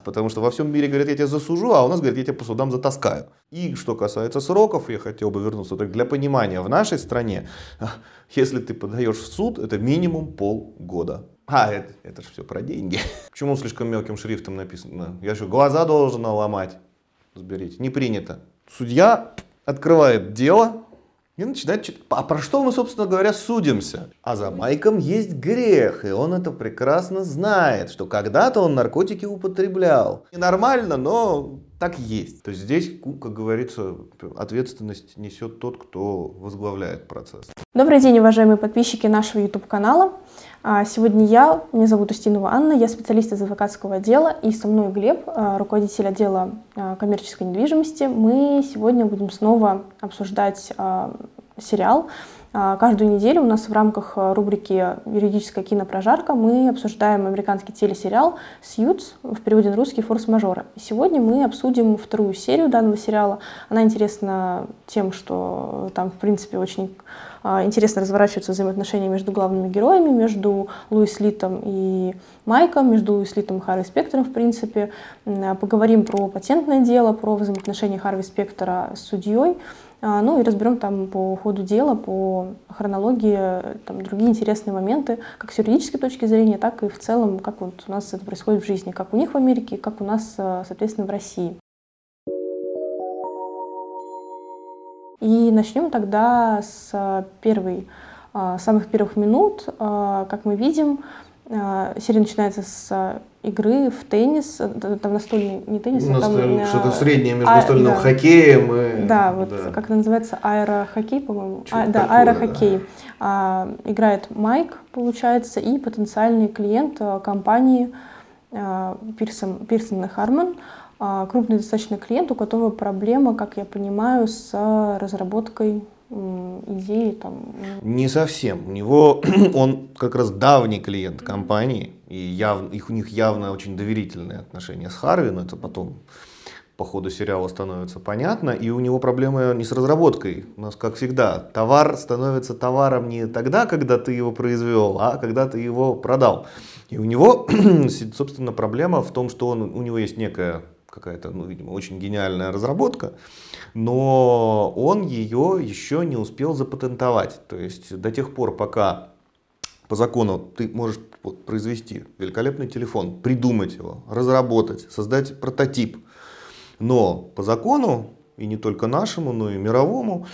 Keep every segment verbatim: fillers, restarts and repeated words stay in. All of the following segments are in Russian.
Потому что во всем мире говорят, я тебя засужу, а у нас говорят, я тебя по судам затаскаю. И что касается сроков, я хотел бы вернуться. Так для понимания, в нашей стране, если ты подаешь в суд, это минимум полгода. А, это, это же все про деньги. Почему слишком мелким шрифтом написано? Я что, глаза должен ломать? Разберите. Не принято. Судья открывает дело и начинает читать. А про что мы, собственно говоря, судимся? А за Майком есть грех, и он это прекрасно знает, что когда-то он наркотики употреблял. Ненормально, но так есть. То есть здесь, как говорится, ответственность несет тот, кто возглавляет процесс. Добрый день, уважаемые подписчики нашего YouTube-канала. Сегодня я, меня зовут Устинова Анна, я специалист из адвокатского отдела, и со мной Глеб, руководитель отдела коммерческой недвижимости. Мы сегодня будем снова обсуждать сериал. Каждую неделю у нас в рамках рубрики «Юридическая кинопрожарка» мы обсуждаем американский телесериал «Сьюитс», в переводе на русский «Форс-мажоры». И сегодня мы обсудим вторую серию данного сериала. Она интересна тем, что там, в принципе, очень интересно разворачиваются взаимоотношения между главными героями, между Луис Литтом и Майком, между Луис Литтом и Харви Спектором, в принципе. Поговорим про патентное дело, про взаимоотношения Харви Спектора с судьей. Ну и разберем там по ходу дела, по хронологии, там, другие интересные моменты, как с юридической точки зрения, так и в целом, как вот у нас это происходит в жизни, как у них в Америке, как у нас, соответственно, в России. И начнем тогда с первой, самых первых минут. Как мы видим, серия начинается с игры в теннис, там настольный, не теннис, Настоль... а там... Что-то среднее между а, настольным да. хоккеем и... Да, вот да. как это называется, аэрохоккей, по-моему. А, да, такое, аэрохоккей. Да. А, играет Майк, получается, и потенциальный клиент а, компании а, Пирсон, Пирсон и Харман. А, крупный достаточно клиент, у которого проблема, как я понимаю, с разработкой идеи там. Не совсем. У него он как раз давний клиент компании, и яв, их, у них явно очень доверительные отношения с Харви, но это потом по ходу сериала становится понятно. И у него проблемы не с разработкой. У нас, как всегда, товар становится товаром не тогда, когда ты его произвел, а когда ты его продал. И у него, собственно, проблема в том, что он, у него есть некая какая-то, ну, видимо, очень гениальная разработка, но он ее еще не успел запатентовать. То есть до тех пор, пока по закону ты можешь произвести великолепный телефон, придумать его, разработать, создать прототип, но по закону, и не только нашему, но и мировому,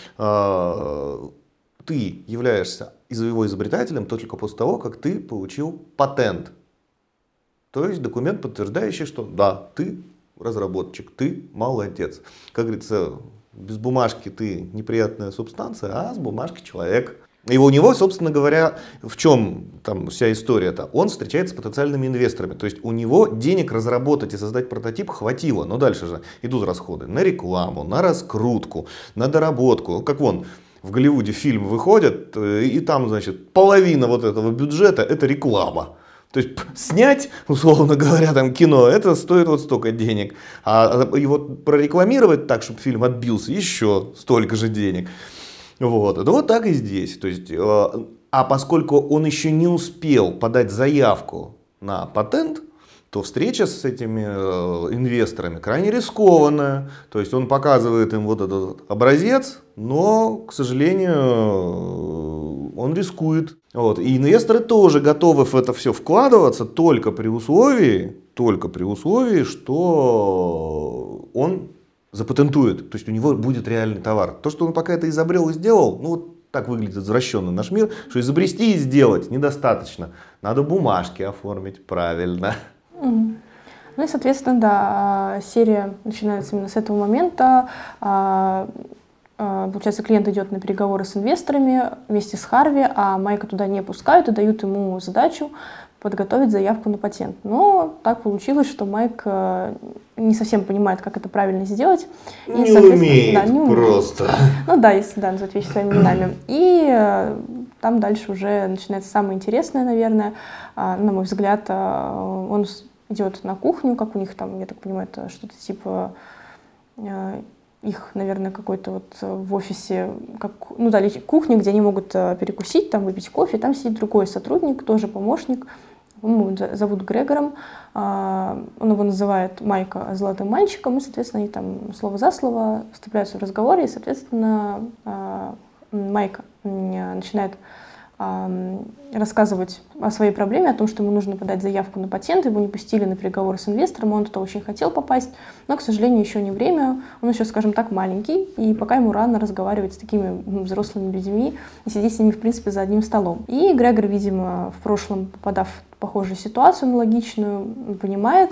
ты являешься его изобретателем только после того, как ты получил патент. То есть документ, подтверждающий, что да, ты разработчик, ты молодец. Как говорится, без бумажки ты неприятная субстанция, а с бумажки человек. И у него, собственно говоря, в чем там вся история-то? Он встречается с потенциальными инвесторами. То есть у него денег разработать и создать прототип хватило. Но дальше же идут расходы на рекламу, на раскрутку, на доработку. Как вон, в Голливуде фильм выходит, и там, значит, половина вот этого бюджета — это реклама. То есть снять, условно говоря, там кино, это стоит вот столько денег. А его прорекламировать так, чтобы фильм отбился, еще столько же денег. Вот. Это вот так и здесь. То есть, а поскольку он еще не успел подать заявку на патент, то встреча с этими инвесторами крайне рискованная. То есть он показывает им вот этот образец, но, к сожалению, он рискует. Вот. И инвесторы тоже готовы в это все вкладываться только при условии, только при условии, что он запатентует. То есть у него будет реальный товар. То, что он пока это изобрел и сделал, ну вот так выглядит извращенный наш мир, что изобрести и сделать недостаточно. Надо бумажки оформить правильно. Ну и, соответственно, да, серия начинается именно с этого момента. Получается, клиент идет на переговоры с инвесторами вместе с Харви, а Майка туда не пускают и дают ему задачу подготовить заявку на патент. Но так получилось, что Майк не совсем понимает, как это правильно сделать. И, не умеет, да, не умеет просто. Ну да, если да, назвать вещи своими именами. И там дальше уже начинается самое интересное, наверное. На мой взгляд, он идет на кухню, как у них там, я так понимаю, это что-то типа их, наверное, какой-то вот в офисе, как, ну да, кухня, где они могут перекусить, там выпить кофе, там сидит другой сотрудник, тоже помощник по-моему, зовут Грегором, он его называет Майка золотым мальчиком, и, соответственно, они там слово за слово вступляются в разговоре, и, соответственно, Майк начинает рассказывать о своей проблеме, о том, что ему нужно подать заявку на патент, его не пустили на переговоры с инвестором, он туда очень хотел попасть, но, к сожалению, еще не время, он еще, скажем так, маленький, и пока ему рано разговаривать с такими взрослыми людьми и сидеть с ними, в принципе, за одним столом. И Грегор, видимо, в прошлом, попадав в похожую ситуацию аналогичную, понимает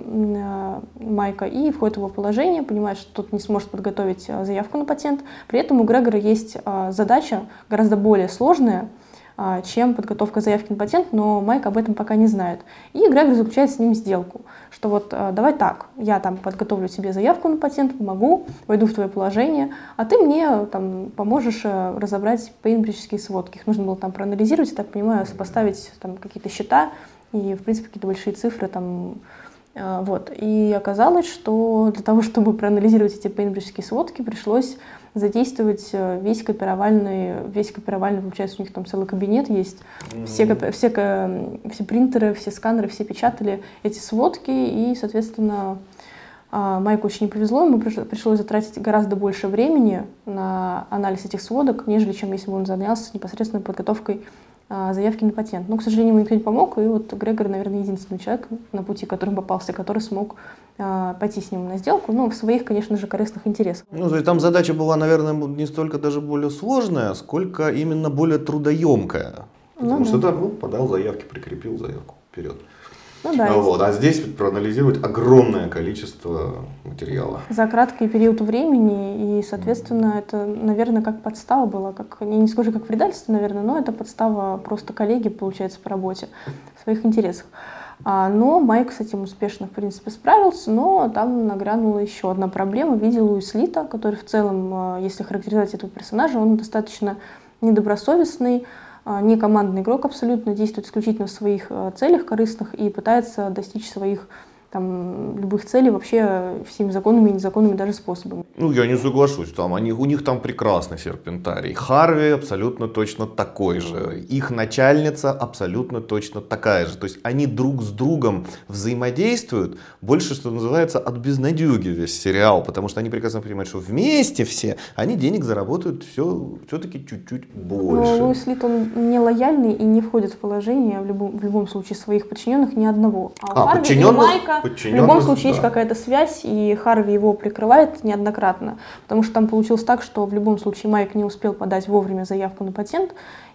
э, Майка и входит в его положение, понимает, что тот не сможет подготовить заявку на патент. При этом у Грегора есть э, задача гораздо более сложная, чем подготовка заявки на патент, но Майк об этом пока не знает. И Грегор заключает с ним сделку, что вот давай так, я там подготовлю тебе заявку на патент, помогу, войду в твое положение, а ты мне там поможешь разобрать пейнбриджские сводки. Их нужно было там проанализировать, я так понимаю, сопоставить там какие-то счета и, в принципе, какие-то большие цифры там. Вот. И оказалось, что для того, чтобы проанализировать эти пейнбриджские сводки, пришлось задействовать весь копировальный, весь копировальный, получается, у них там целый кабинет есть, mm-hmm. все, все, все принтеры, все сканеры, все печатали эти сводки, и, соответственно, Майку очень не повезло, ему пришлось затратить гораздо больше времени на анализ этих сводок, нежели чем если бы он занялся непосредственно подготовкой заявки на патент. Но, к сожалению, ему никто не помог, и вот Грегор, наверное, единственный человек на пути, которым попался, который смог а, пойти с ним на сделку, ну, в своих, конечно же, корыстных интересах. Ну, то есть там задача была, наверное, не столько даже более сложная, сколько именно более трудоемкая. Потому ну, что да. там ну, подал заявки, прикрепил заявку, вперед. Ну, да, вот. А здесь проанализировать огромное количество материала. За краткий период времени, и, соответственно, mm-hmm. это, наверное, как подстава была, как, не, не скажу, как предательство, наверное, но это подстава просто коллеги, получается, по работе, в своих интересах. А, но Майк с этим успешно, в принципе, справился, но там нагрянула еще одна проблема в виде Луис Лита, который в целом, если характеризовать этого персонажа, он достаточно недобросовестный, не командный игрок абсолютно, действует исключительно в своих целях корыстных и пытается достичь своих там, любых целей вообще всеми законными и незаконными даже способами. Ну, я не соглашусь, там, они, у них там прекрасный серпентарий. Харви абсолютно точно такой же. Их начальница абсолютно точно такая же. То есть они друг с другом взаимодействуют больше, что называется, от безнадеги весь сериал. Потому что они прекрасно понимают, что вместе все они денег заработают все, все-таки чуть-чуть больше. Но Луис Лит, он не лояльный и не входит в положение в любом, в любом случае своих подчиненных ни одного. А, а у Харви и Майка в любом случае да. есть какая-то связь, и Харви его прикрывает неоднократно, потому что там получилось так, что в любом случае Майк не успел подать вовремя заявку на патент,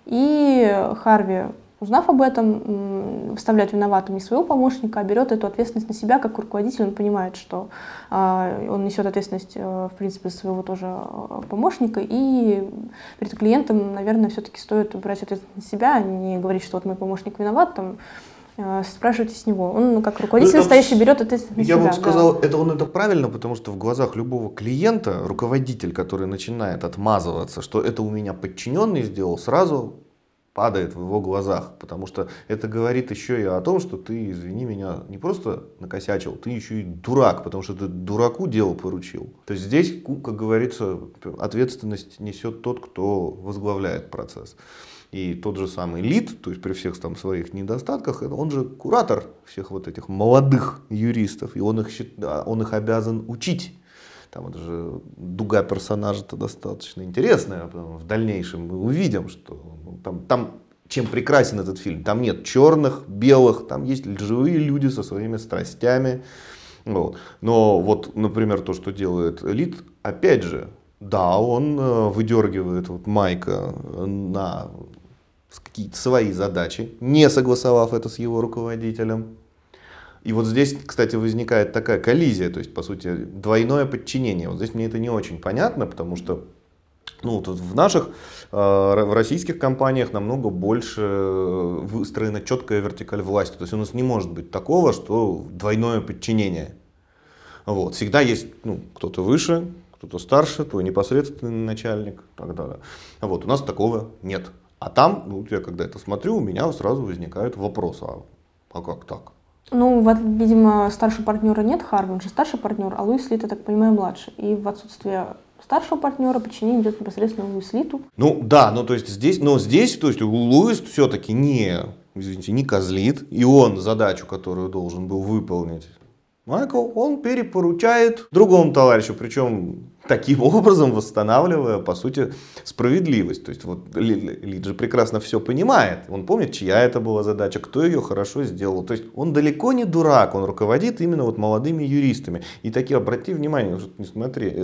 и Харви, узнав об этом, вставляет виноватым не своего помощника, а берет эту ответственность на себя как руководитель. Он понимает, что э, он несет ответственность, э, в принципе, за своего тоже помощника, и перед клиентом, наверное, все-таки стоит брать ответственность на себя, а не говорить, что вот мой помощник виноват, там, спрашивайте с него. Он, ну, как руководитель настоящий, берет ответственность на себя. Я бы сказал, да. это он это правильно, потому что в глазах любого клиента руководитель, который начинает отмазываться, что это у меня подчиненный сделал, сразу падает в его глазах. Потому что это говорит еще и о том, что ты, извини меня, не просто накосячил, ты еще и дурак, потому что ты дураку дело поручил. То есть здесь, как говорится, ответственность несет тот, кто возглавляет процесс. И тот же самый Лид, то есть при всех там своих недостатках, он же куратор всех вот этих молодых юристов, и он их, он их обязан учить. Там это же дуга персонажа-то достаточно интересная, в дальнейшем мы увидим, что ну, там, там чем прекрасен этот фильм. Там нет черных, белых, там есть живые люди со своими страстями. Вот. Но вот, например, то, что делает Лид, опять же, да, он выдергивает вот Майка на какие-то свои задачи, не согласовав это с его руководителем. И вот здесь, кстати, возникает такая коллизия, то есть, по сути, двойное подчинение. Вот здесь мне это не очень понятно, потому что ну, тут в наших, в российских компаниях намного больше выстроена четкая вертикаль власти. То есть у нас не может быть такого, что двойное подчинение. Вот. Всегда есть ну, кто-то выше, кто-то старше, твой непосредственный начальник и так далее. Вот. У нас такого нет. А там, ну, я когда это смотрю, у меня сразу возникают вопросы, а, а как так? Ну, вот, видимо, старшего партнера нет, Харви, он же старший партнер, а Луис Лит, я так понимаю, младший. И в отсутствие старшего партнера подчинение идет непосредственно Луис Литу. Ну да, ну то есть здесь, но здесь, то есть Луис все-таки не извините, не козлит, и он задачу, которую должен был выполнить Майкл, он перепоручает другому товарищу, причем таким образом восстанавливая, по сути, справедливость. То есть вот Лид же прекрасно все понимает. Он помнит, чья это была задача, кто ее хорошо сделал. То есть он далеко не дурак, он руководит именно вот молодыми юристами. И таки, обрати внимание, не смотри,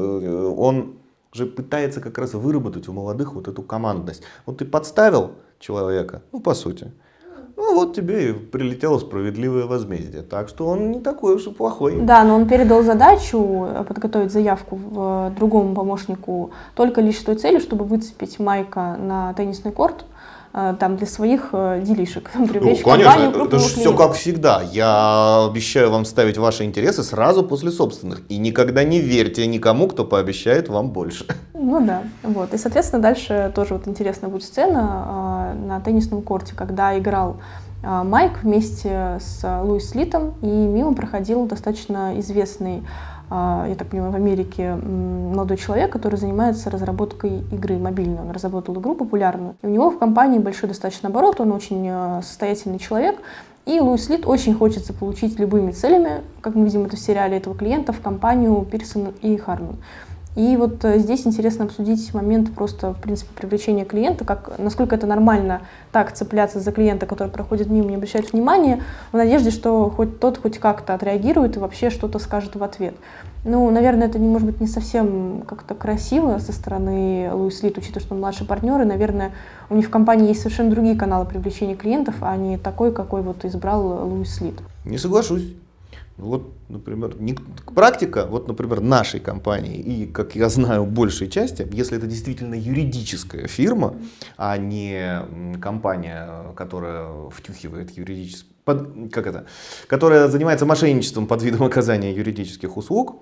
он же пытается как раз выработать у молодых вот эту командность. Вот ты подставил человека, ну по сути. Ну вот тебе и прилетело справедливое возмездие. Так что он не такой уж и плохой. Да, но он передал задачу подготовить заявку в другому помощнику только лишь с той целью, чтобы выцепить Майка на теннисный корт, там для своих делишек, привлечь ну, компанию конечно, крупного это же клиента. все как всегда. Я обещаю вам ставить ваши интересы сразу после собственных. И никогда не верьте никому, кто пообещает вам больше. Ну да, вот. И, соответственно, дальше тоже вот интересная будет сцена э, на теннисном корте, когда играл э, Майк вместе с Луис Литом, и мимо проходил достаточно известный, э, я так понимаю, в Америке м, молодой человек, который занимается разработкой игры мобильной. Он разработал игру популярную. И у него в компании большой достаточно оборот, он очень э, состоятельный человек. И Луис Лит очень хочет заполучить любыми целями, как мы видим это в сериале, этого клиента в компанию Пирсон и Хармон. И вот здесь интересно обсудить момент просто, в принципе, привлечения клиента, как, насколько это нормально так цепляться за клиента, который проходит мимо, не обращает внимания, в надежде, что хоть тот хоть как-то отреагирует и вообще что-то скажет в ответ. Ну, наверное, это, не, может быть, не совсем как-то красиво со стороны Луис Лит, учитывая, что он младший партнер, и, наверное, у них в компании есть совершенно другие каналы привлечения клиентов, а не такой, какой вот избрал Луис Лит. Не соглашусь. Вот, например, не, практика, вот, например, нашей компании и, как я знаю, большей части, если это действительно юридическая фирма, а не компания, которая втюхивает юридические, под, как это, которая занимается мошенничеством под видом оказания юридических услуг,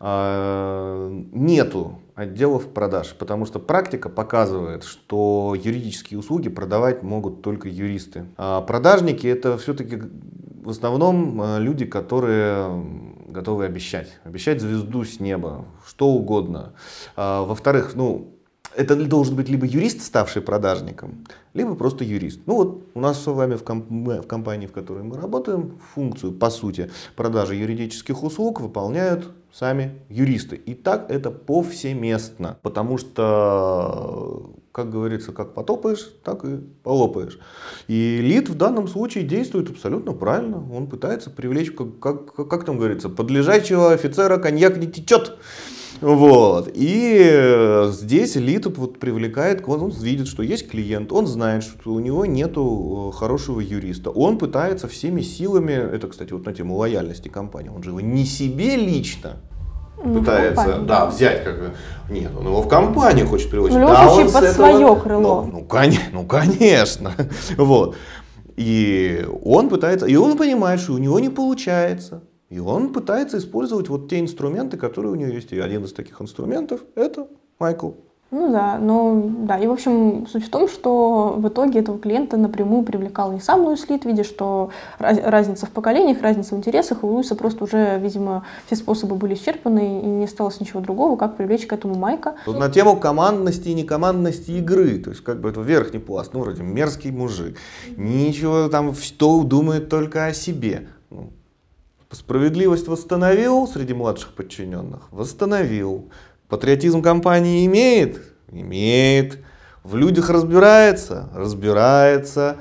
нету отделов продаж, потому что практика показывает, что юридические услуги продавать могут только юристы. А продажники — это все-таки в основном люди, которые готовы обещать. Обещать звезду с неба, что угодно. А, во-вторых, ну, это должен быть либо юрист, ставший продажником, либо просто юрист. Ну вот у нас с вами в, комп- в компании, в которой мы работаем, функцию, по сути, продажи юридических услуг выполняют сами юристы. И так это повсеместно, потому что, как говорится, как потопаешь, так и полопаешь. И Лид в данном случае действует абсолютно правильно. Он пытается привлечь, как, как, как там говорится, под лежачего офицера коньяк не течет. Вот. И здесь Лид вот привлекает, он видит, что есть клиент, он знает, что у него нету хорошего юриста. Он пытается всеми силами, это, кстати, вот на тему лояльности компании, он же его не себе лично Ну, пытается, компанию, да, да. взять, как бы, нет, он его в компанию хочет привлечь. В любом да, случае, он под с этого- свое крыло. Ну, ну, кон- ну, конечно, вот. И он пытается, и он понимает, что у него не получается. И он пытается использовать вот те инструменты, которые у него есть. И один из таких инструментов — это Майкл. Ну да, ну да. И, в общем, суть в том, что в итоге этого клиента напрямую привлекал не сам Луис Лит, видя, что раз- разница в поколениях, разница в интересах, у Луиса просто уже, видимо, все способы были исчерпаны, и не осталось ничего другого, как привлечь к этому Майка. Тут на тему командности и некомандности игры. То есть, как бы это верхний пласт, ну, вроде мерзкий мужик. Ничего там, что думает только о себе. Ну, справедливость восстановил среди младших подчиненных? Восстановил. Патриотизм компании имеет? Имеет. В людях разбирается? Разбирается.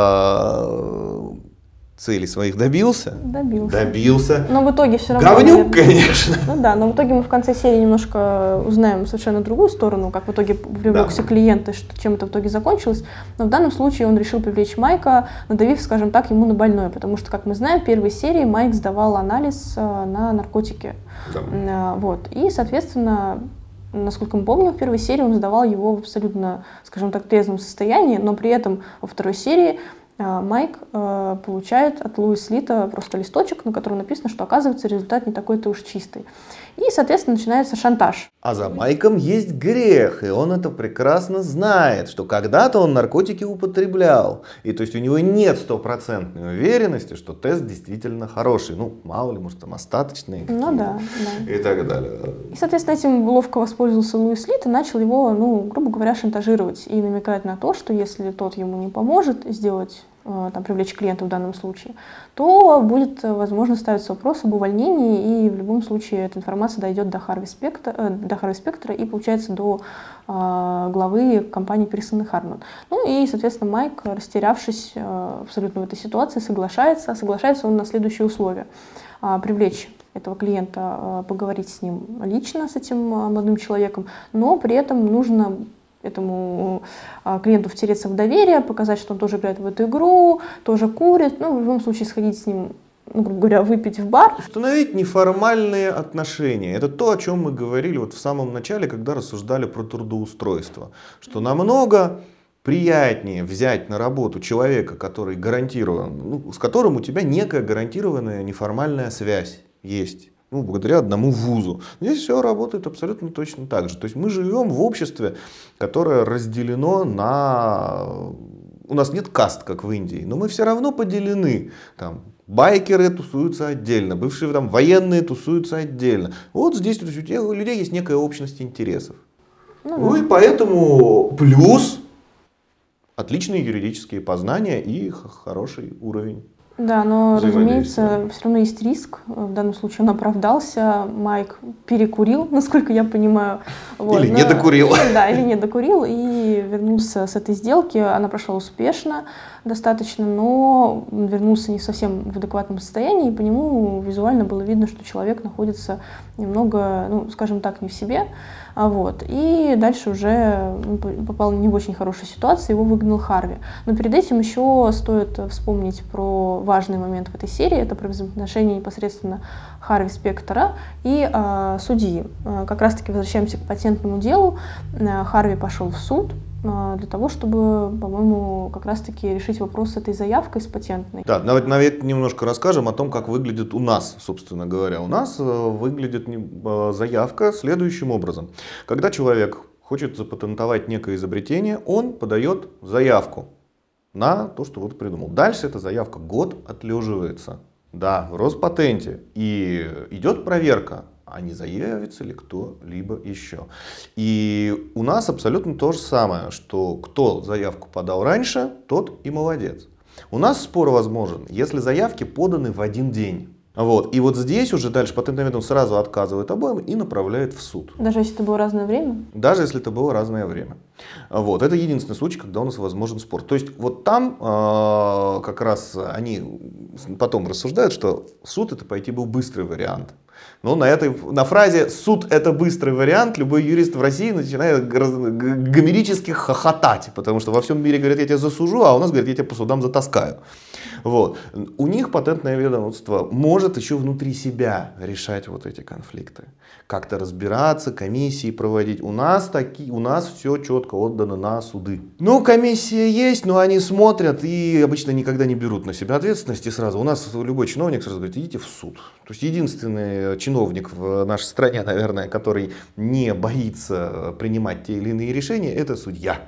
Целей своих добился? Добился. Добился. Но в итоге все равно... Говнюк, наверное, конечно. Ну да, но в итоге мы в конце серии немножко узнаем совершенно другую сторону, как в итоге привлекся Да. клиент и что, чем это в итоге закончилось. Но в данном случае он решил привлечь Майка, надавив, скажем так, ему на больное, потому что, как мы знаем, в первой серии Майк сдавал анализ э, на наркотики. Да. Э, вот. И, соответственно, насколько мы помним, в первой серии он сдавал его в абсолютно, скажем так, трезвом состоянии, но при этом во второй серии э, Майк э, получает от Луис Лита просто листочек, на котором написано, что, оказывается, результат не такой-то уж чистый. И, соответственно, начинается шантаж. А за Майком есть грех, и он это прекрасно знает, что когда-то он наркотики употреблял. И то есть у него нет стопроцентной уверенности, что тест действительно хороший. Ну, мало ли, может, там остаточные Ну да, да. и так далее. И, соответственно, этим ловко воспользовался Луис Лит и начал его, ну, грубо говоря, шантажировать и намекать на то, что если тот ему не поможет сделать там, привлечь клиента в данном случае, то будет, возможно, ставиться вопрос об увольнении, и в любом случае эта информация дойдет до Харви Спектора, до Харви Спектора и, получается, до э, главы компании Pearson и Harman. Ну и, соответственно, Майк, растерявшись э, абсолютно в этой ситуации, соглашается. Соглашается он на следующие условия. Э, привлечь этого клиента, э, поговорить с ним лично, с этим э, молодым человеком, но при этом нужно этому клиенту втереться в доверие, показать, что он тоже играет в эту игру, тоже курит, ну, в любом случае сходить с ним, ну, грубо говоря, выпить в бар. Установить неформальные отношения. Это то, о чем мы говорили вот в самом начале, когда рассуждали про трудоустройство. Что намного приятнее взять на работу человека, который гарантирован, ну, с которым у тебя некая гарантированная неформальная связь есть. Ну, благодаря одному вузу. Здесь все работает абсолютно точно так же. То есть мы живем в обществе, которое разделено на... У нас нет каст, как в Индии, но мы все равно поделены. Там, байкеры тусуются отдельно, бывшие там, военные тусуются отдельно. Вот здесь у людей есть некая общность интересов. Ну, ну и поэтому плюс отличные юридические познания и хороший уровень. Да, но, разумеется, все равно есть риск. В данном случае он оправдался. Майк перекурил, насколько я понимаю. Вот. Или но... не докурил. Да, или не докурил и вернулся с этой сделки. Она прошла успешно достаточно, но вернулся не совсем в адекватном состоянии. И по нему визуально было видно, что человек находится немного, ну, скажем так, не в себе. Вот. И дальше уже попал не в очень хорошую ситуацию, его выгнал Харви. Но перед этим еще стоит вспомнить про важный момент в этой серии, это про взаимоотношения непосредственно Харви Спектора и э, судьи. Как раз таки возвращаемся к патентному делу. Харви пошел в суд для того, чтобы, по-моему, как раз-таки решить вопрос с этой заявкой, с патентной. Да, давайте, давайте немножко расскажем о том, как выглядит у нас, собственно говоря. У нас выглядит заявка следующим образом. Когда человек хочет запатентовать некое изобретение, он подает заявку на то, что вот придумал. Дальше эта заявка год отлеживается, да, в Роспатенте, и идет проверка, а не заявится ли кто-либо еще. И у нас абсолютно то же самое, что кто заявку подал раньше, тот и молодец. У нас спор возможен, если заявки поданы в один день. Вот. И вот здесь уже дальше патентное ведомство сразу отказывает обоим и направляет в суд. Даже если это было разное время? Даже если это было разное время. Вот. Это единственный случай, когда у нас возможен спор. То есть вот там э, как раз они потом рассуждают, что суд это пойти был быстрый вариант. Но на, этой, на фразе «суд – это быстрый вариант» любой юрист в России начинает гомерически хохотать, потому что во всем мире говорят «я тебя засужу», а у нас говорят «я тебя по судам затаскаю». Вот. У них патентное ведомство может еще внутри себя решать вот эти конфликты. Как-то разбираться, комиссии проводить. У нас, таки, у нас все четко отдано на суды. Ну, комиссия есть, но они смотрят и обычно никогда не берут на себя ответственности сразу. У нас любой чиновник сразу говорит, идите в суд. То есть единственный чиновник в нашей стране, наверное, который не боится принимать те или иные решения, это судья.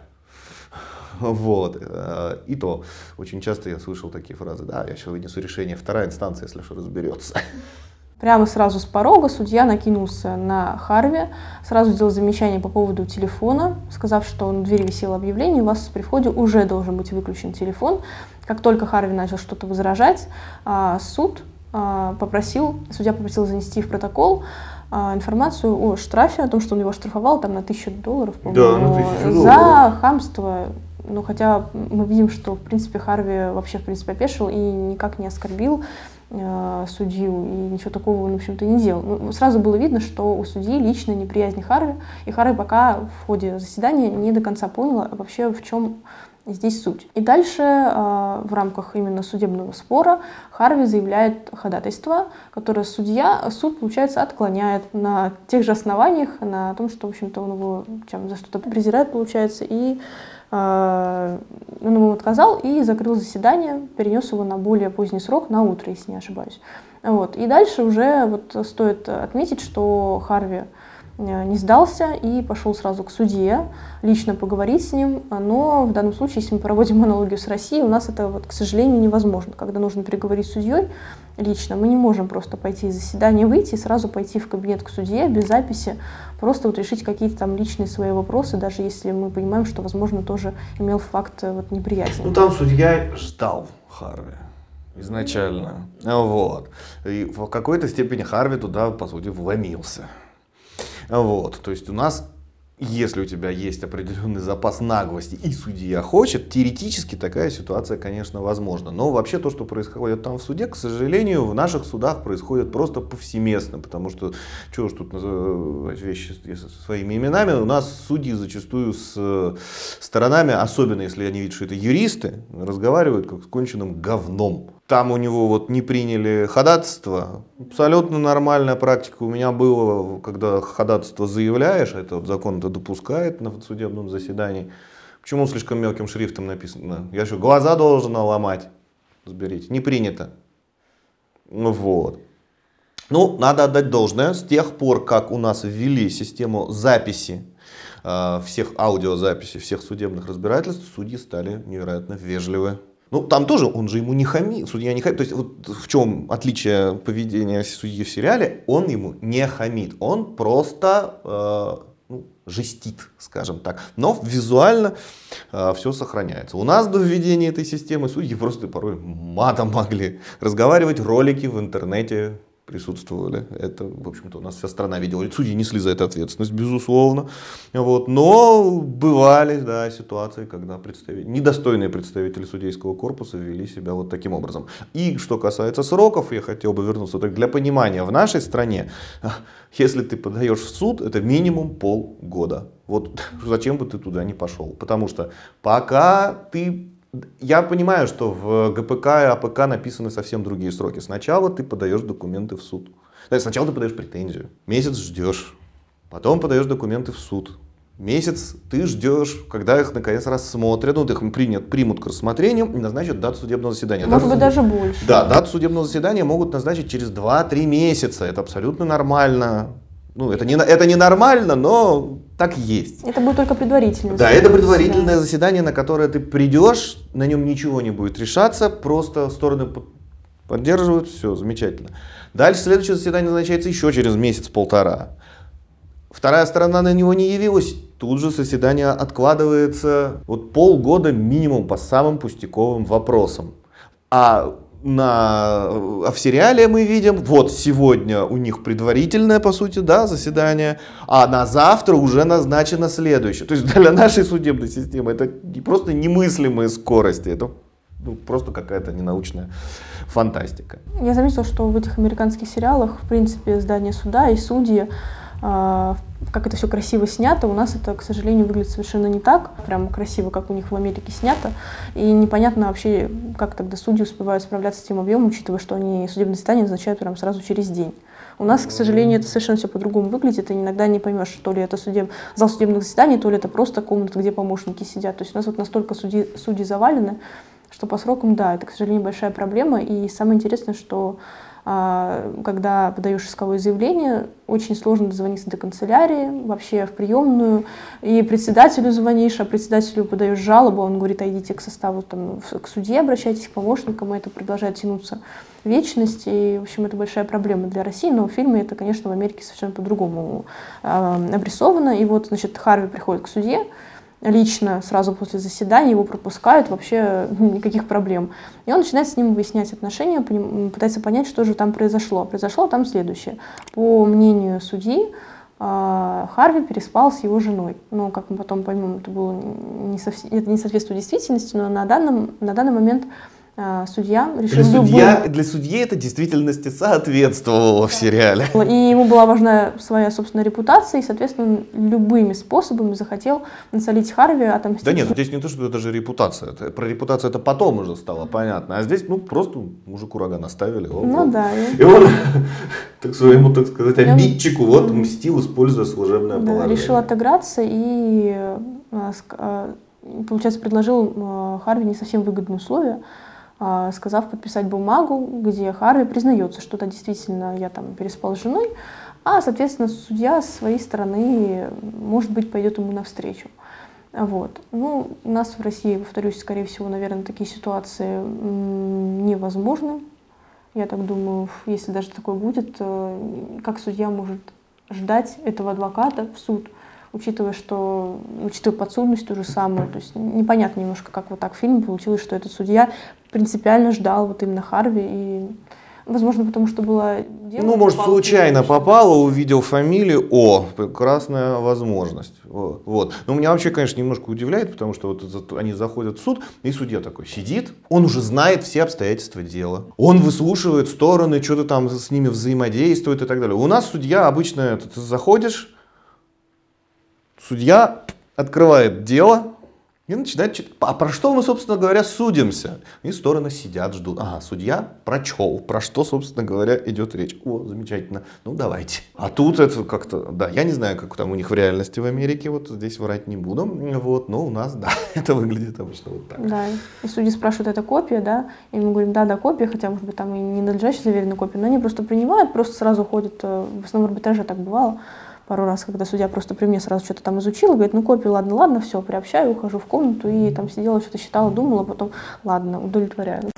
Вот. И то очень часто я слышал такие фразы, да, я сейчас вынесу решение, вторая инстанция, если что, разберется. Прямо сразу с порога судья накинулся на Харви, сразу сделал замечание по поводу телефона, сказав, что на двери висело объявление, у вас при входе уже должен быть выключен телефон. Как только Харви начал что-то возражать, суд попросил, судья попросил занести в протокол информацию о штрафе, о том, что он его штрафовал там, на тысячу долларов, по-моему, да, на тысячу долларов. За хамство. Ну, хотя мы видим, что, в принципе, Харви вообще, в принципе, опешил и никак не оскорбил э, судью, и ничего такого он, в общем-то, не делал. Ну, сразу было видно, что у судьи личная неприязнь Харви, и Харви пока в ходе заседания не до конца понял вообще, в чем здесь суть. И дальше э, в рамках именно судебного спора Харви заявляет ходатайство, которое судья, суд, получается, отклоняет на тех же основаниях, на том, что, в общем-то, он его чем, за что-то презирает, получается, и э, он ему отказал и закрыл заседание, перенес его на более поздний срок, на утро, если не ошибаюсь. Вот. И дальше уже вот стоит отметить, что Харви не сдался и пошел сразу к судье, лично поговорить с ним. Но в данном случае, если мы проводим аналогию с Россией, у нас это, вот, к сожалению, невозможно. Когда нужно переговорить с судьей лично, мы не можем просто пойти из заседания, выйти и сразу пойти в кабинет к судье без записи, просто вот решить какие-то там личные свои вопросы, даже если мы понимаем, что, возможно, тоже имел факт вот, неприязни. Ну там судья ждал Харви изначально. Вот. И в какой-то степени Харви туда, по сути, вломился. Вот. То есть у нас, если у тебя есть определенный запас наглости и судья хочет, теоретически такая ситуация, конечно, возможна. Но вообще то, что происходит там в суде, к сожалению, в наших судах происходит просто повсеместно. Потому что, что уж тут называть вещи своими именами, у нас судьи зачастую с сторонами, особенно если они видят, что это юристы, разговаривают как с конченным говном. Там у него вот не приняли ходатайство. Абсолютно нормальная практика у меня была, когда ходатайство заявляешь, это вот закон это допускает на судебном заседании. Почему слишком мелким шрифтом написано? Я что, глаза должен ломать? Разберите. Не принято. Вот. Ну, надо отдать должное. С тех пор, как у нас ввели систему записи, всех аудиозаписей, всех судебных разбирательств, судьи стали невероятно вежливы. Ну, там тоже, он же ему не хамит, судья не хамит. То есть, вот в чем отличие поведения судьи в сериале, он ему не хамит, он просто э, ну, жестит, скажем так. Но визуально э, все сохраняется. У нас до введения этой системы судьи просто порой матом могли разговаривать, ролики в интернете присутствовали. Это, в общем-то, у нас вся страна видела. И судьи несли за это ответственность, безусловно. Вот. Но бывали, да, ситуации, когда представители, недостойные представители судейского корпуса вели себя вот таким образом. И что касается сроков, я хотел бы вернуться так, для понимания. В нашей стране, если ты подаешь в суд, это минимум полгода. Вот зачем бы ты туда не пошел? Потому что пока ты... Я понимаю, что в ГПК и АПК написаны совсем другие сроки. Сначала ты подаешь документы в суд. Сначала ты подаешь претензию. Месяц ждешь. Потом подаешь документы в суд. Месяц ты ждешь, когда их наконец рассмотрят. Ну, их принят, примут к рассмотрению и назначат дату судебного заседания. Может дату быть, даже больше. Да, дату судебного заседания могут назначить через два-три месяца. Это абсолютно нормально. Ну, это не, это не нормально, но так есть. Это будет только предварительное заседание. Да, это предварительное заседание. заседание, на которое ты придешь, на нем ничего не будет решаться, просто стороны поддерживают, все, замечательно. Дальше следующее заседание назначается еще через месяц-полтора. Вторая сторона на него не явилась, тут же заседание откладывается вот полгода минимум по самым пустяковым вопросам. А На, а в сериале мы видим, вот сегодня у них предварительное, по сути, да, заседание, а на завтра уже назначено следующее. То есть для нашей судебной системы это просто немыслимые скорости, это ну, просто какая-то ненаучная фантастика. Я заметила, что в этих американских сериалах, в принципе, здание суда и судьи, как это все красиво снято, у нас это, к сожалению, выглядит совершенно не так, прям красиво, как у них в Америке снято, и непонятно вообще, как тогда судьи успевают справляться с тем объемом, учитывая, что они судебное заседание назначают прям сразу через день. У нас, к сожалению, это совершенно все по-другому выглядит, и иногда не поймешь, то ли это судеб... зал судебных заседаний, то ли это просто комната, где помощники сидят. То есть у нас вот настолько судьи, судьи завалены, что по срокам, да, это, к сожалению, большая проблема, и самое интересное, что когда подаешь исковое заявление, очень сложно дозвониться до канцелярии, вообще в приемную, и председателю звонишь, а председателю подаешь жалобу, он говорит, а идите к составу, там, к судье обращайтесь, к помощникам, и это продолжает тянуться вечность, и, в общем, это большая проблема для России, но в фильме это, конечно, в Америке совершенно по-другому э, обрисовано, и вот, значит, Харви приходит к судье, лично сразу после заседания его пропускают, вообще никаких проблем. И он начинает с ним выяснять отношения, пытается понять, что же там произошло. Произошло там следующее. По мнению судьи, Харви переспал с его женой. Но, как мы потом поймем, это, было не совсем, это не соответствует действительности, но на, данном, на данный момент судья решил... Для, судья, для судьи это действительности соответствовало в сериале. И ему была важна своя собственная репутация, и, соответственно, любыми способами захотел насолить Харви, отомстить. Да нет, здесь не то, что это даже репутация. Это, про репутацию это потом уже стало понятно. А здесь, ну, просто мужику рога наставили. Вот, ну вот. да. И он, так своему, так сказать, обидчику вот мстил, используя служебное да, положение. Решил отыграться и, получается, предложил Харви не совсем выгодные условия. сказав подписать бумагу, где Харви признается, что да, действительно я там переспал с женой, а, соответственно, судья с своей стороны, может быть, пойдет ему навстречу. Вот. Ну, у нас в России, повторюсь, скорее всего, наверное, такие ситуации невозможны. Я так думаю, если даже такое будет, как судья может ждать этого адвоката в суд, учитывая, что, учитывая подсудность ту же самую. То есть непонятно немножко, как вот так в фильме получилось, что этот судья принципиально ждал вот именно Харви. И, возможно, потому что было дело... Ну, может, случайно попало, увидел фамилию, о, прекрасная возможность. Вот. Вот. Но меня вообще, конечно, немножко удивляет, потому что вот они заходят в суд, и судья такой сидит, он уже знает все обстоятельства дела. Он выслушивает стороны, что-то там с ними взаимодействует и так далее. У нас судья обычно, ты заходишь, судья открывает дело и начинает читать. А про что мы, собственно говоря, судимся? И стороны сидят, ждут. Ага, судья прочел, про что, собственно говоря, идет речь. О, замечательно, ну давайте. А тут это как-то, да, я не знаю, как там у них в реальности в Америке, вот здесь врать не буду, вот, но у нас, да, это выглядит обычно вот так. Да, и судьи спрашивают, это копия, да, и мы говорим, да, да, копия, хотя, может быть, там и не надлежащая заверенная копия, но они просто принимают, просто сразу уходят, в основном в арбитраже так бывало. Пару раз, когда судья просто при мне сразу что-то там изучил, говорит, ну копию, ладно, ладно, все, приобщаю, ухожу в комнату и там сидела, что-то считала, думала, потом, ладно, удовлетворяю.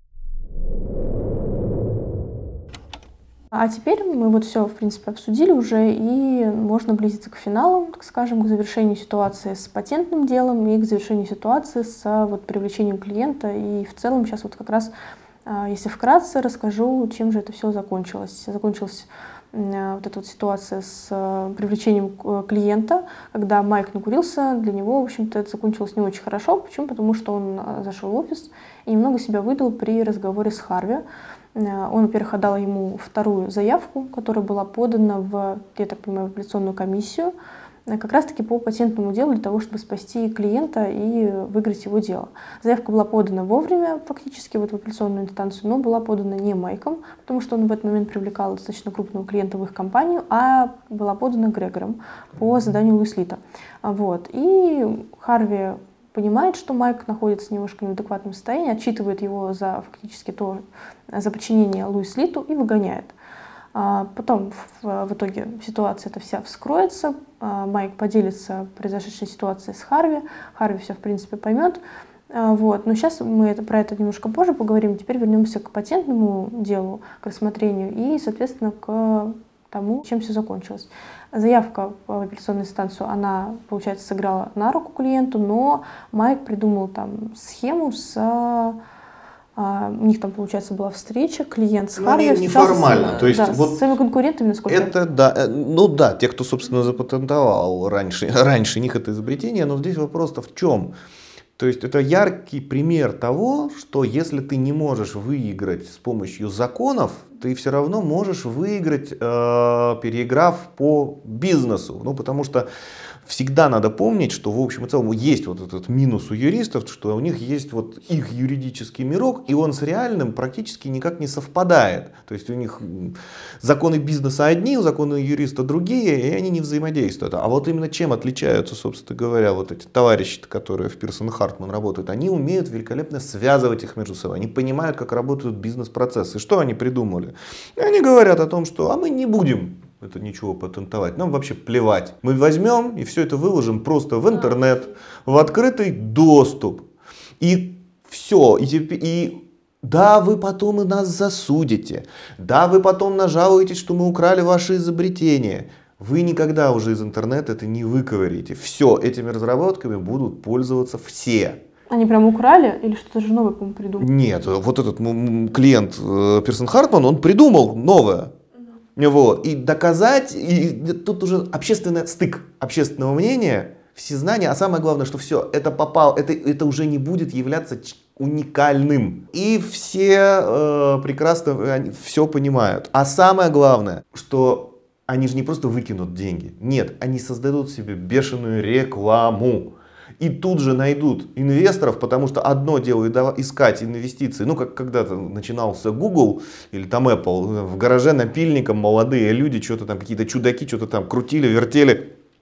А теперь мы вот все, в принципе, обсудили уже, и можно близиться к финалу, так скажем, к завершению ситуации с патентным делом и к завершению ситуации с вот, привлечением клиента. И в целом сейчас вот как раз, если вкратце, расскажу, чем же это все закончилось. Закончилось вот эта вот ситуация с привлечением клиента, когда Майк накурился, для него, в общем-то, это закончилось не очень хорошо. Почему? Потому что он зашел в офис и немного себя выдал при разговоре с Харви. Он, во-первых, отдал ему вторую заявку, которая была подана в, я так понимаю, в апелляционную комиссию, как раз-таки по патентному делу для того, чтобы спасти клиента и выиграть его дело. Заявка была подана вовремя, фактически, вот в апелляционную инстанцию, но была подана не Майком, потому что он в этот момент привлекал достаточно крупного клиента в их компанию, а была подана Грегором по заданию Луис Лита. Вот. И Харви понимает, что Майк находится немножко в неадекватном состоянии, отчитывает его за фактически то, за подчинение Луис Литу и выгоняет. Потом в, в итоге ситуация эта вся вскроется, Майк поделится произошедшей ситуацией с Харви, Харви все в принципе поймет. Вот. Но сейчас мы это, про это немножко позже поговорим, теперь вернемся к патентному делу, к рассмотрению и, соответственно, к тому, чем все закончилось. Заявка в апелляционную инстанцию, она, получается, сыграла на руку клиенту, но Майк придумал там схему с... Uh, у них там, получается, была встреча, клиент с Харви. Ну, неформально. С, то есть, да, вот с своими конкурентами, насколько это, я... да, ну да, те, кто, собственно, запатентовал раньше, раньше них это изобретение, но здесь вопрос-то в чем? То есть это яркий пример того, что если ты не можешь выиграть с помощью законов, ты все равно можешь выиграть, э, переиграв по бизнесу. Ну, потому что всегда надо помнить, что в общем и целом есть вот этот минус у юристов, что у них есть вот их юридический мирок, и он с реальным практически никак не совпадает. То есть у них законы бизнеса одни, законы юриста другие, и они не взаимодействуют. А вот именно чем отличаются, собственно говоря, вот эти товарищи, которые в Пирсон и Хартман работают, они умеют великолепно связывать их между собой. Они понимают, как работают бизнес-процессы. Что они придумали? И они говорят о том, что а мы не будем это ничего патентовать, нам вообще плевать. Мы возьмем и все это выложим просто в интернет, в открытый доступ. И все. И, и да, вы потом и нас засудите. Да, вы потом нажалуетесь, что мы украли ваши изобретения. Вы никогда уже из интернета это не выковырите. Все, этими разработками будут пользоваться все. Они прям украли или что-то же новое, по-моему, придумали? Нет, вот этот клиент Пирсон Хартман, он придумал новое. Вот. И доказать, и тут уже общественный стык общественного мнения, все знания, а самое главное, что все, это попало, это, это уже не будет являться уникальным. И все э, прекрасно они, все понимают. А самое главное, что они же не просто выкинут деньги. Нет, они создадут себе бешеную рекламу. И тут же найдут инвесторов, потому что одно дело искать инвестиции, ну как когда-то начинался Google или там Apple, в гараже напильником молодые люди, что-то там, какие-то чудаки, что-то там крутили, вертели.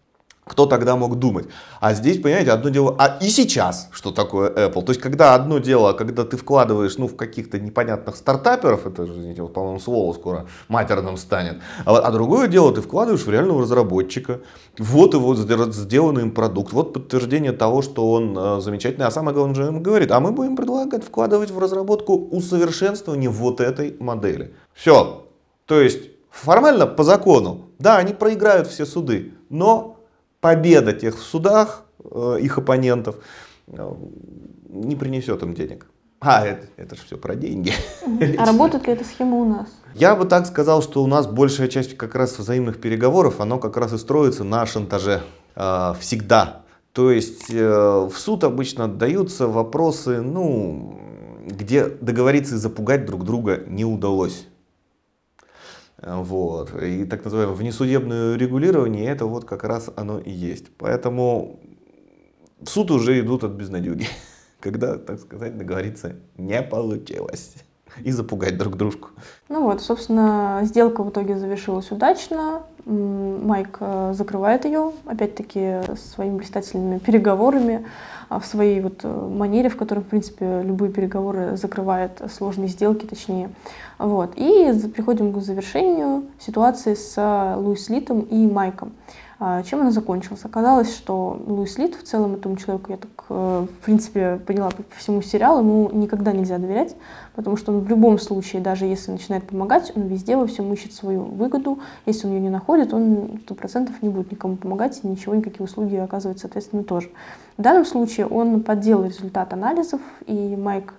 Кто тогда мог думать? А здесь, понимаете, одно дело... А и сейчас, что такое Apple? То есть, когда одно дело, когда ты вкладываешь, ну, в каких-то непонятных стартаперов, это же, извините, вот, по-моему, слово скоро матерным станет, а, а другое дело, ты вкладываешь в реального разработчика, вот его сделанный им продукт, вот подтверждение того, что он э, замечательный, а самое главное, он же ему говорит, а мы будем предлагать вкладывать в разработку усовершенствование вот этой модели. Все. То есть, формально, по закону, да, они проиграют все суды, но... победа тех в судах, э, их оппонентов, э, не принесет им денег. А, это, это же все про деньги. А работает ли эта схема у нас? Я бы так сказал, что у нас большая часть как раз взаимных переговоров, оно как раз и строится на шантаже. Э, всегда. То есть э, в суд обычно отдаются вопросы, ну, где договориться и запугать друг друга не удалось. Вот. И так называемое внесудебное регулирование, это вот как раз оно и есть. Поэтому в суд уже идут от безнадеги, когда, так сказать, договориться не получилось. И запугать друг дружку. Ну вот, собственно, сделка в итоге завершилась удачно. Майк закрывает ее, опять-таки, своими блистательными переговорами, в своей вот манере, в которой, в принципе, любые переговоры закрывает, сложные сделки, точнее. Вот. И приходим к завершению ситуации с Луис Литом и Майком. Чем она закончилась? Оказалось, что Луис Лит, в целом этому человеку, я так, в принципе, поняла по всему сериалу, ему никогда нельзя доверять, потому что он в любом случае, даже если начинает помогать, он везде во всем ищет свою выгоду. Если он ее не находит, он сто процентов не будет никому помогать, и ничего, никакие услуги оказывать, соответственно, тоже. В данном случае он подделал результат анализов, и Майк,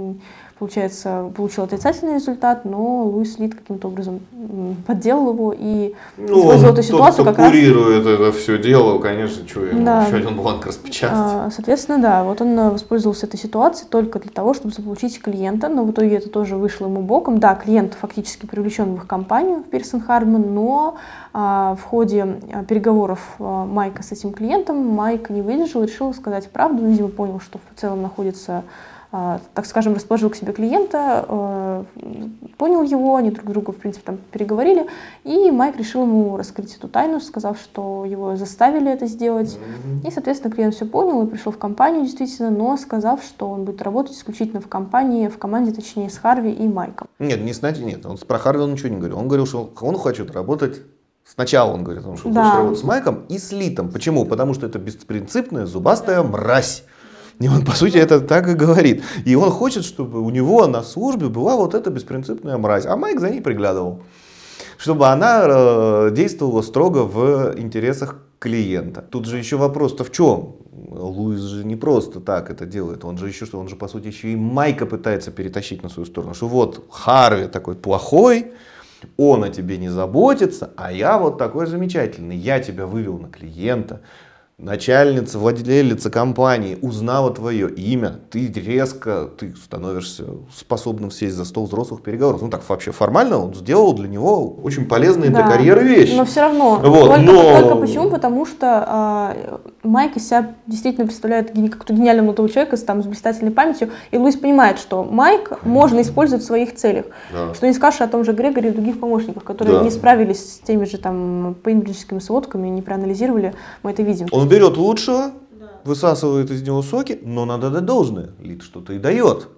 получается, получил отрицательный результат, но Луис Лит каким-то образом подделал его и ну, использовал эту ситуацию тот, как раз... курирует это все дело, конечно, что ему да. еще один бланк распечатать. Соответственно, да, вот он воспользовался этой ситуацией только для того, чтобы заполучить клиента, но в итоге это тоже вышло ему боком. Да, клиент фактически привлечен в их компанию, в Pearson Hardman, но а, в ходе переговоров а, Майка с этим клиентом Майк не выдержал, решил сказать правду, видимо, понял, что в целом находится, а, так скажем, расположил к себе клиента, а, понял его, они друг друга, в принципе, там переговорили, и Майк решил ему раскрыть эту тайну, сказав, что его заставили это сделать. И, соответственно, клиент все понял и пришел в компанию, действительно, но сказав, что он будет работать исключительно в компании, в команде, точнее, с Харви и Майком. Нет, не знаете, нет, он про Харви он ничего не говорил. Он говорил, что он хочет работать. Сначала он говорит, что он да. хочет работать с Майком и с Литом. Почему? Потому что это беспринципная, зубастая мразь. И он, по сути, это так и говорит. И он хочет, чтобы у него на службе была вот эта беспринципная мразь. А Майк за ней приглядывал. Чтобы она э, действовала строго в интересах клиента. Тут же еще вопрос-то в чем? Луис же не просто так это делает. Он же еще что? Он же, по сути, еще и Майка пытается перетащить на свою сторону. Что вот Харви такой плохой, он о тебе не заботится, а я вот такой замечательный. Я тебя вывел на клиента. Начальница, владелица компании узнала твое имя, ты резко ты становишься способным сесть за стол взрослых переговоров. Ну так вообще формально он сделал для него очень полезные да, для карьеры вещи. Но все равно. Вот, только, но... только почему? Потому что э, Майк из себя действительно представляет как-то гениального молодого человека с, там, с блистательной памятью. И Луис понимает, что Майк можно использовать в своих целях. Да. Что не скажешь о том же Грегоре и других помощниках, которые да. не справились с теми же там пейнбриджскими сводками, не проанализировали. Мы это видим. Он берет лучшего, да. высасывает из него соки, но надо дать должное. Лид что-то и дает.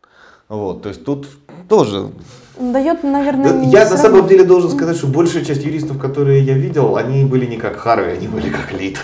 Вот, то есть тут тоже... Дает, наверное, не Я на самом деле должен сказать, что большая часть юристов, которые я видел, они были не как Харви, они были как Лид.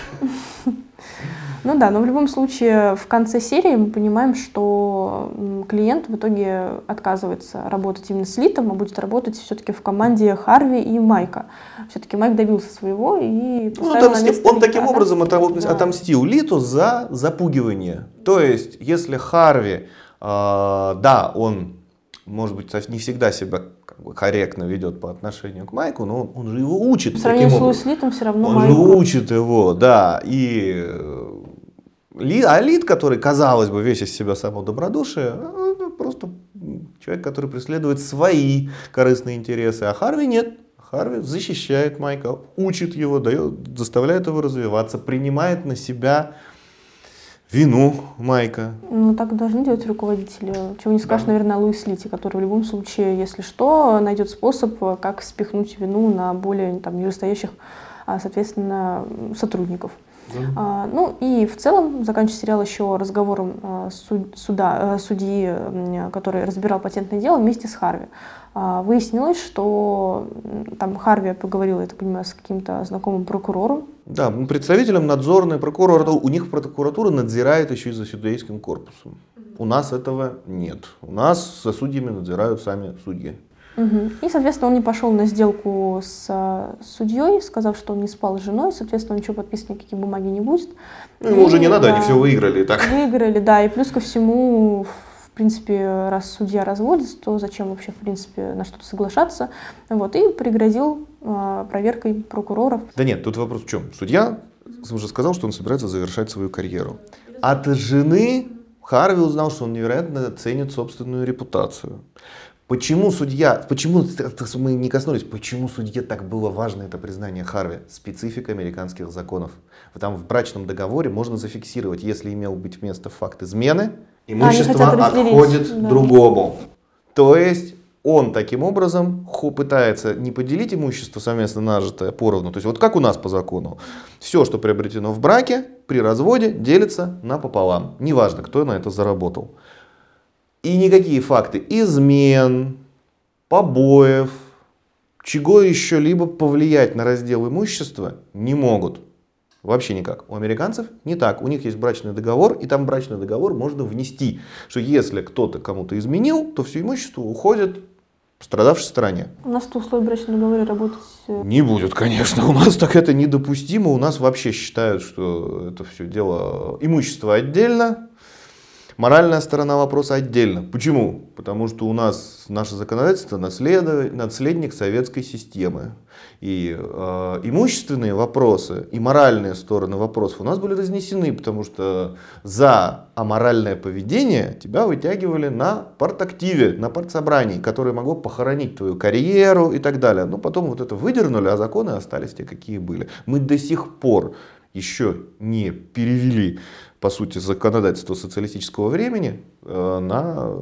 Ну да, но в любом случае в конце серии мы понимаем, что клиент в итоге отказывается работать именно с Литом, а будет работать все-таки в команде Харви и Майка. Все-таки Майк добился своего и поставил ну, на место Он Лита, таким да? образом да. отомстил Литу за запугивание. То есть, если Харви, э, да, он, может быть, не всегда себя как бы корректно ведет по отношению к Майку, но он, он же его учит. По сравнению с Луис Литом все равно он Майку. Он же учит его, да, и... А Лид, который, казалось бы, весь из себя само добродушие, просто человек, который преследует свои корыстные интересы, а Харви нет. Харви защищает Майка, учит его, дает, заставляет его развиваться, принимает на себя вину Майка. Ну, так должны делать руководители. Чего не скажешь, да. наверное, о Луис Лите, который в любом случае, если что, найдет способ, как спихнуть вину на более там, нижестоящих соответственно, сотрудников. Mm-hmm. А, ну и в целом заканчивается сериал еще разговором а, суд, суда, а, судьи, а, который разбирал патентное дело вместе с Харви. А, выяснилось, что там Харви поговорил, я так понимаю, с каким-то знакомым прокурором. Да, представителем надзорной прокуратуры. У них прокуратура надзирает еще и за судейским корпусом. Mm-hmm. У нас этого нет. У нас за судьями надзирают сами судьи. Угу. И, соответственно, он не пошел на сделку с, с судьей, сказав, что он не спал с женой, соответственно, ничего подписывать, никакие бумаги не будет. Ну, ему и, уже не надо, да, они все выиграли и так. Выиграли, да, и плюс ко всему, в принципе, раз судья разводится, то зачем вообще, в принципе, на что-то соглашаться, вот, и пригрозил э, проверкой прокуроров. Да нет, тут вопрос в чем? Судья уже сказал, что он собирается завершать свою карьеру. От жены Харви узнал, что он невероятно ценит собственную репутацию. Почему судья, почему мы не коснулись, почему судье так было важно это признание Харви? Специфика американских законов. Там в брачном договоре можно зафиксировать, если имел быть место факт измены, имущество отходит да. другому. То есть он таким образом пытается не поделить имущество совместно нажитое поровну. То есть вот как у нас по закону. Все, что приобретено в браке, при разводе делится напополам. Неважно, кто на это заработал. И никакие факты измен, побоев, чего еще-либо повлиять на раздел имущества не могут. Вообще никак. У американцев не так. У них есть брачный договор, и там брачный договор можно внести, что если кто-то кому-то изменил, то все имущество уходит пострадавшей стороне. У нас в условиях брачного договора работать... Не будет, конечно. У нас так это недопустимо. У нас вообще считают, что это все дело имущество отдельно. Моральная сторона вопроса отдельно. Почему? Потому что у нас наше законодательство наследник советской системы. И э, имущественные вопросы и моральные стороны вопросов у нас были разнесены, потому что за аморальное поведение тебя вытягивали на партактиве, на партсобрании, которое могло похоронить твою карьеру и так далее. Но потом вот это выдернули, а законы остались те, какие были. Мы до сих пор еще не перевели, по сути, законодательство социалистического времени э, на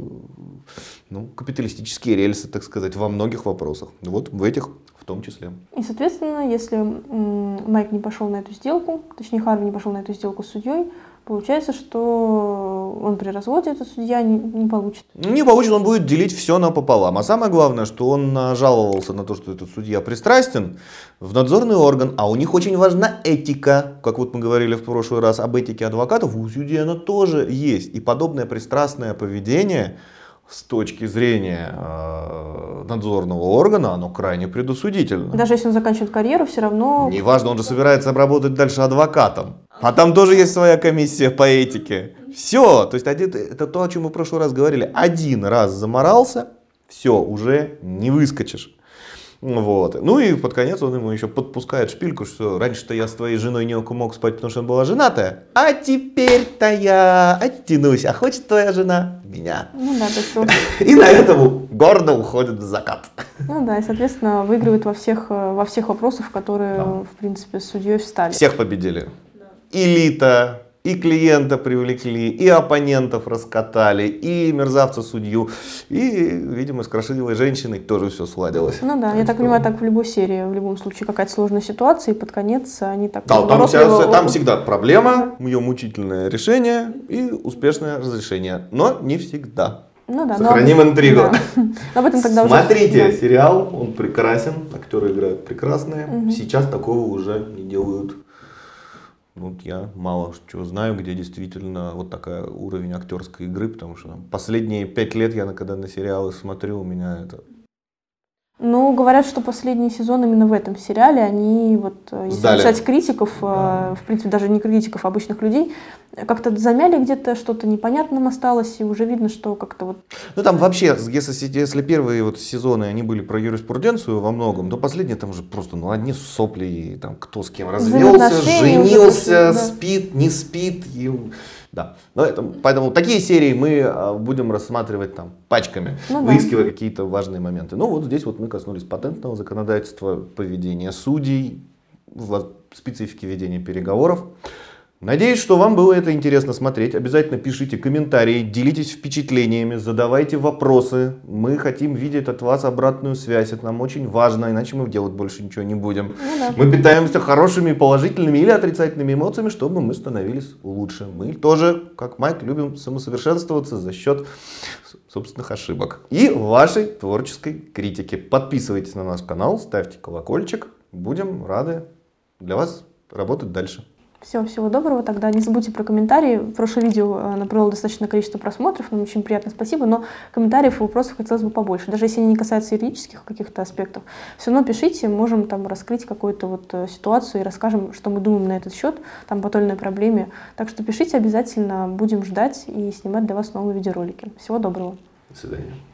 ну, капиталистические рельсы, так сказать, во многих вопросах. Вот в этих в том числе. И, соответственно, если м, Майк не пошел на эту сделку, точнее Харви не пошел на эту сделку с судьей, получается, что он при разводе, этот судья не, не получит. Не получит, он будет делить все напополам. А самое главное, что он жаловался на то, что этот судья пристрастен в надзорный орган, а у них очень важна этика. Как вот мы говорили в прошлый раз об этике адвокатов, у судьи она тоже есть. И подобное пристрастное поведение с точки зрения э, надзорного органа, оно крайне предосудительно. Даже если он заканчивает карьеру, все равно... Неважно, он же собирается работать дальше адвокатом. А там тоже есть своя комиссия по этике. Все, то есть это то, о чем мы в прошлый раз говорили. Один раз заморался, все, уже не выскочишь. Вот. Ну и под конец он ему еще подпускает шпильку, что раньше-то я с твоей женой не мог спать, потому что она была женатая, а теперь-то я оттянусь, а хочет твоя жена меня. Ну да, то есть он... И на этом гордо уходит в закат. Ну да, и, соответственно, выигрывает во всех, во всех вопросах, которые, да. в принципе, с судьей встали. Всех победили. Да. Элита. И клиента привлекли, и оппонентов раскатали, и мерзавца-судью, и, видимо, с красивой женщиной тоже все сладилось. Ну да, так я так понимаю, так в любой серии, в любом случае какая-то сложная ситуация, и под конец они так... Да, там, вся, там всегда проблема, ее мучительное решение и успешное разрешение, но не всегда. Ну да, Сохраним но... интригу. Да. Об этом тогда Смотрите, уже... сериал, он прекрасен, актеры играют прекрасные, угу. Сейчас такого уже не делают. Вот я мало чего знаю, где действительно вот такой уровень актерской игры, потому что последние пять лет я, когда на сериалы смотрю, у меня это... Ну, говорят, что последний сезон именно в этом сериале, они вот, если Сдали. Читать критиков, да. В принципе, даже не критиков, а обычных людей, как-то замяли где-то, что-то непонятным осталось, и уже видно, что как-то вот... Ну, там вообще, если, если первые вот сезоны, они были про юриспруденцию во многом, то последние там уже просто, ну, одни сопли, и там кто с кем развелся, женился, да. спит, не спит, и... Да, поэтому, поэтому такие серии мы будем рассматривать там пачками, ну, выискивая да. какие-то важные моменты. Ну вот здесь вот мы коснулись патентного законодательства, поведения судей, специфики ведения переговоров. Надеюсь, что вам было это интересно смотреть. Обязательно пишите комментарии, делитесь впечатлениями, задавайте вопросы. Мы хотим видеть от вас обратную связь. Это нам очень важно, иначе мы делать больше ничего не будем. Ну, да. Мы питаемся хорошими, положительными или отрицательными эмоциями, чтобы мы становились лучше. Мы тоже, как Майк, любим самосовершенствоваться за счет собственных ошибок и вашей творческой критики. Подписывайтесь на наш канал, ставьте колокольчик. Будем рады для вас работать дальше. Все, всего доброго тогда. Не забудьте про комментарии. Прошлое видео набрало достаточно количество просмотров, нам очень приятно, спасибо, но комментариев и вопросов хотелось бы побольше. Даже если они не касаются юридических каких-то аспектов, все равно пишите, можем там раскрыть какую-то вот ситуацию и расскажем, что мы думаем на этот счет, там по той или иной проблеме. Так что пишите обязательно, будем ждать и снимать для вас новые видеоролики. Всего доброго. До свидания.